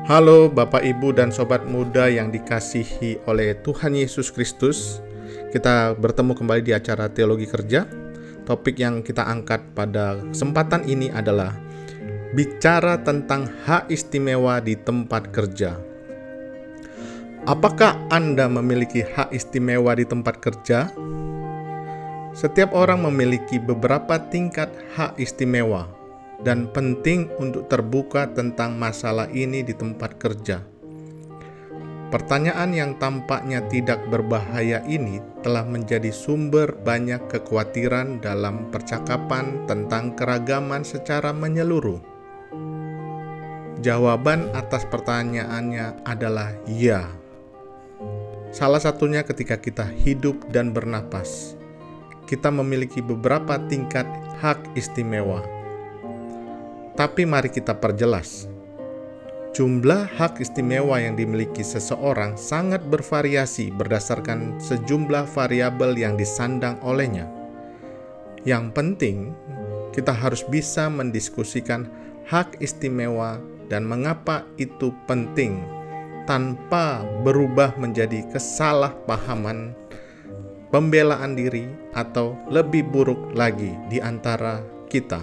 Halo Bapak Ibu dan Sobat Muda yang dikasihi oleh Tuhan Yesus Kristus. Kita bertemu kembali di acara Teologi Kerja. Topik yang kita angkat pada kesempatan ini adalah bicara tentang hak istimewa di tempat kerja. Apakah Anda memiliki hak istimewa di tempat kerja? Setiap orang memiliki beberapa tingkat hak istimewa, dan penting untuk terbuka tentang masalah ini di tempat kerja. Pertanyaan yang tampaknya tidak berbahaya ini telah menjadi sumber banyak kekhawatiran dalam percakapan tentang keragaman secara menyeluruh. Jawaban atas pertanyaannya adalah ya. Salah satunya ketika kita hidup dan bernapas. Kita memiliki beberapa tingkat hak istimewa. Tapi mari kita perjelas. Jumlah hak istimewa yang dimiliki seseorang sangat bervariasi berdasarkan sejumlah variabel yang disandang olehnya. Yang penting, kita harus bisa mendiskusikan hak istimewa dan mengapa itu penting tanpa berubah menjadi kesalahpahaman, pembelaan diri, atau lebih buruk lagi di antara kita.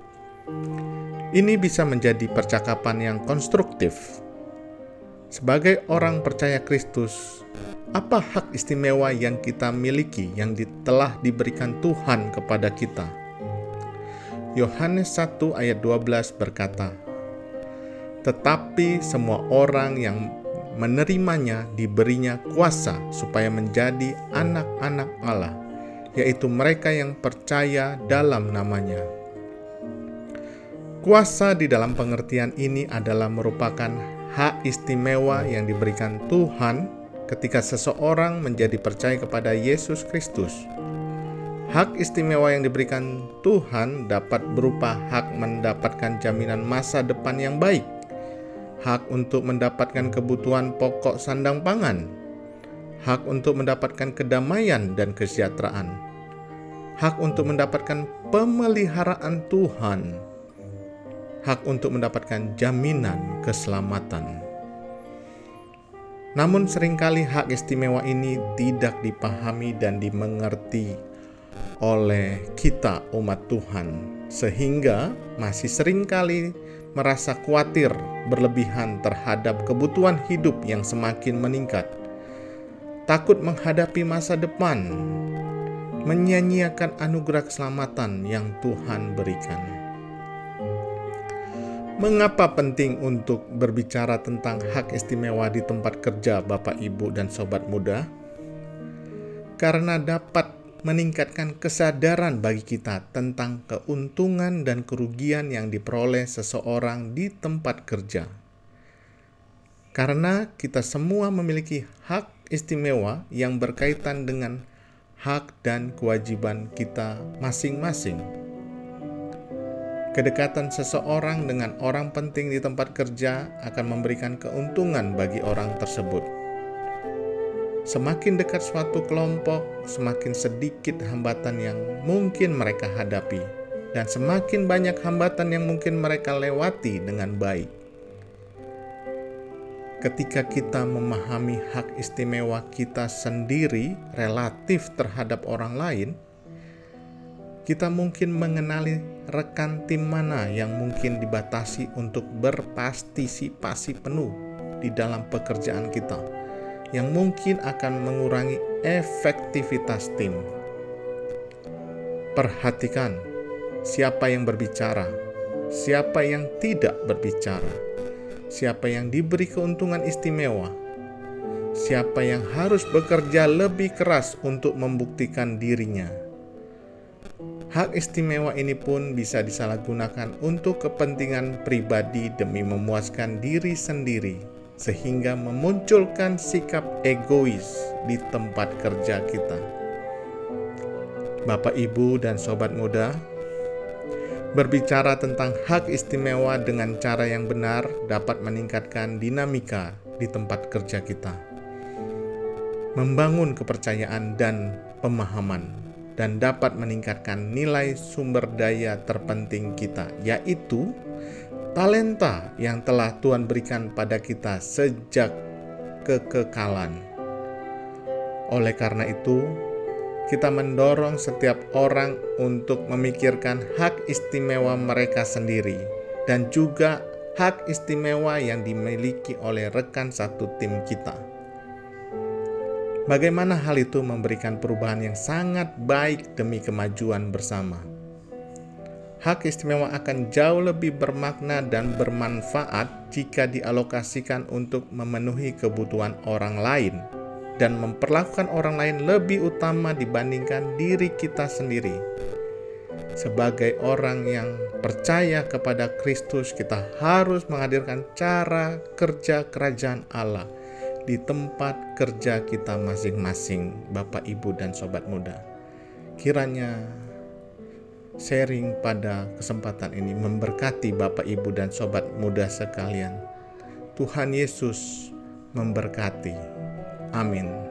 Ini bisa menjadi percakapan yang konstruktif. Sebagai orang percaya Kristus, apa hak istimewa yang kita miliki yang telah diberikan Tuhan kepada kita? Yohanes 1 ayat 12 berkata, "Tetapi semua orang yang menerimanya diberinya kuasa supaya menjadi anak-anak Allah, yaitu mereka yang percaya dalam namanya." Kuasa di dalam pengertian ini adalah merupakan hak istimewa yang diberikan Tuhan ketika seseorang menjadi percaya kepada Yesus Kristus. Hak istimewa yang diberikan Tuhan dapat berupa hak mendapatkan jaminan masa depan yang baik, hak untuk mendapatkan kebutuhan pokok sandang pangan, hak untuk mendapatkan kedamaian dan kesejahteraan, hak untuk mendapatkan pemeliharaan Tuhan, hak untuk mendapatkan jaminan keselamatan. Namun seringkali hak istimewa ini tidak dipahami dan dimengerti oleh kita umat Tuhan, sehingga masih seringkali merasa khawatir berlebihan terhadap kebutuhan hidup yang semakin meningkat, takut menghadapi masa depan, menyia-nyiakan anugerah keselamatan yang Tuhan berikan. Mengapa penting untuk berbicara tentang hak istimewa di tempat kerja, Bapak, Ibu, dan Sobat Muda? Karena dapat meningkatkan kesadaran bagi kita tentang keuntungan dan kerugian yang diperoleh seseorang di tempat kerja. Karena kita semua memiliki hak istimewa yang berkaitan dengan hak dan kewajiban kita masing-masing. Kedekatan seseorang dengan orang penting di tempat kerja akan memberikan keuntungan bagi orang tersebut. Semakin dekat suatu kelompok, semakin sedikit hambatan yang mungkin mereka hadapi, dan semakin banyak hambatan yang mungkin mereka lewati dengan baik. Ketika kita memahami hak istimewa kita sendiri relatif terhadap orang lain, kita mungkin mengenali rekan tim mana yang mungkin dibatasi untuk berpartisipasi penuh di dalam pekerjaan kita, yang mungkin akan mengurangi efektivitas tim. Perhatikan siapa yang berbicara, siapa yang tidak berbicara, siapa yang diberi keuntungan istimewa, siapa yang harus bekerja lebih keras untuk membuktikan dirinya. Hak istimewa ini pun bisa disalahgunakan untuk kepentingan pribadi demi memuaskan diri sendiri, sehingga memunculkan sikap egois di tempat kerja kita. Bapak, Ibu, dan Sobat Muda, berbicara tentang hak istimewa dengan cara yang benar dapat meningkatkan dinamika di tempat kerja kita, membangun kepercayaan dan pemahaman, dan dapat meningkatkan nilai sumber daya terpenting kita, yaitu talenta yang telah Tuhan berikan pada kita sejak kekekalan. Oleh karena itu, kita mendorong setiap orang untuk memikirkan hak istimewa mereka sendiri dan juga hak istimewa yang dimiliki oleh rekan satu tim kita. Bagaimana hal itu memberikan perubahan yang sangat baik demi kemajuan bersama. Hak istimewa akan jauh lebih bermakna dan bermanfaat jika dialokasikan untuk memenuhi kebutuhan orang lain dan memperlakukan orang lain lebih utama dibandingkan diri kita sendiri. Sebagai orang yang percaya kepada Kristus, kita harus menghadirkan cara kerja kerajaan Allah di tempat kerja kita masing-masing, Bapak, Ibu, dan Sobat Muda. Kiranya sharing pada kesempatan ini memberkati Bapak, Ibu, dan Sobat Muda sekalian. Tuhan Yesus memberkati. Amin.